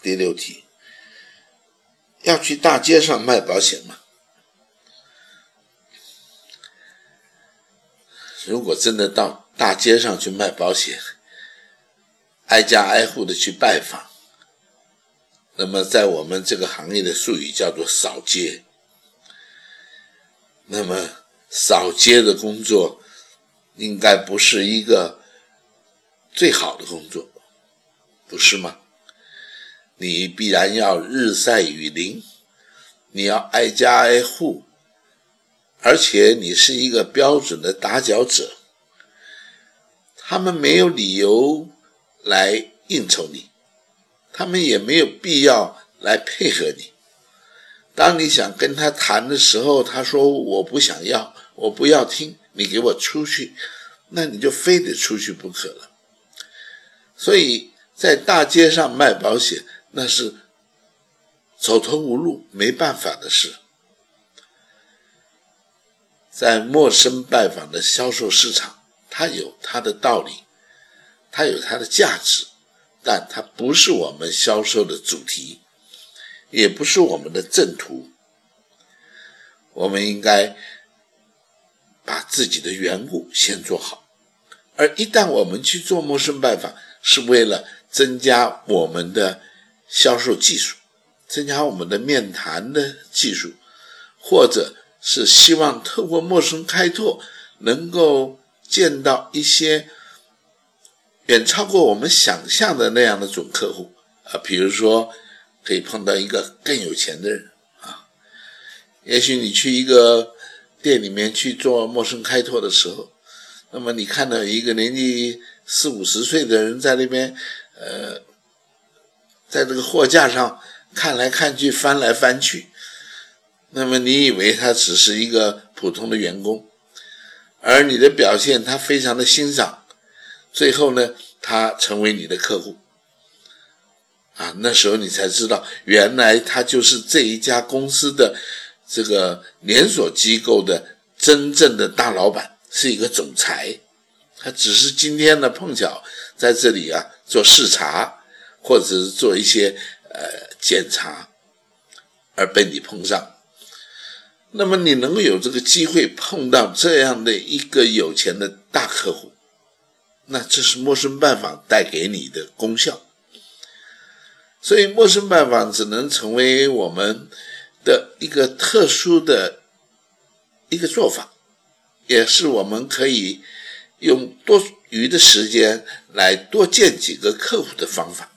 第六题，要去大街上卖保险吗？如果真的到大街上去卖保险，挨家挨户的去拜访，那么在我们这个行业的术语叫做扫街。那么扫街的工作应该不是一个最好的工作，不是吗？你必然要日晒雨淋，你要挨家挨户，而且你是一个标准的打搅者，他们没有理由来应酬你，他们也没有必要来配合你。当你想跟他谈的时候，他说我不想要，我不要听，你给我出去，那你就非得出去不可了。所以在大街上卖保险，那是走投无路，没办法的事。在陌生拜访的销售市场，它有它的道理，它有它的价值，但它不是我们销售的主题，也不是我们的正途。我们应该把自己的缘故先做好，而一旦我们去做陌生拜访，是为了增加我们的销售技术，增加我们的面谈的技术，或者是希望透过陌生开拓能够见到一些远超过我们想象的那样的准客户比如说可以碰到一个更有钱的人也许你去一个店里面去做陌生开拓的时候，那么你看到一个年纪40-50岁的人在那边在这个货架上看来看去，翻来翻去，那么你以为他只是一个普通的员工，而你的表现他非常的欣赏，最后呢他成为你的客户那时候你才知道，原来他就是这一家公司的这个连锁机构的真正的大老板，是一个总裁，他只是今天呢碰巧在这里做视察，或者是做一些检查而被你碰上。那么你能够有这个机会碰到这样的一个有钱的大客户，那这是陌生拜访带给你的功效。所以陌生拜访只能成为我们的一个特殊的一个做法，也是我们可以用多余的时间来多见几个客户的方法。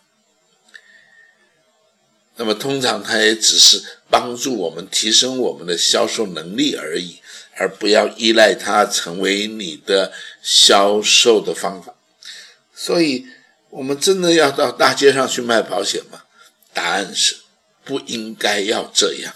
那么通常它也只是帮助我们提升我们的销售能力而已，而不要依赖它成为你的销售的方法。所以我们真的要到大街上去卖保险吗？答案是不应该要这样。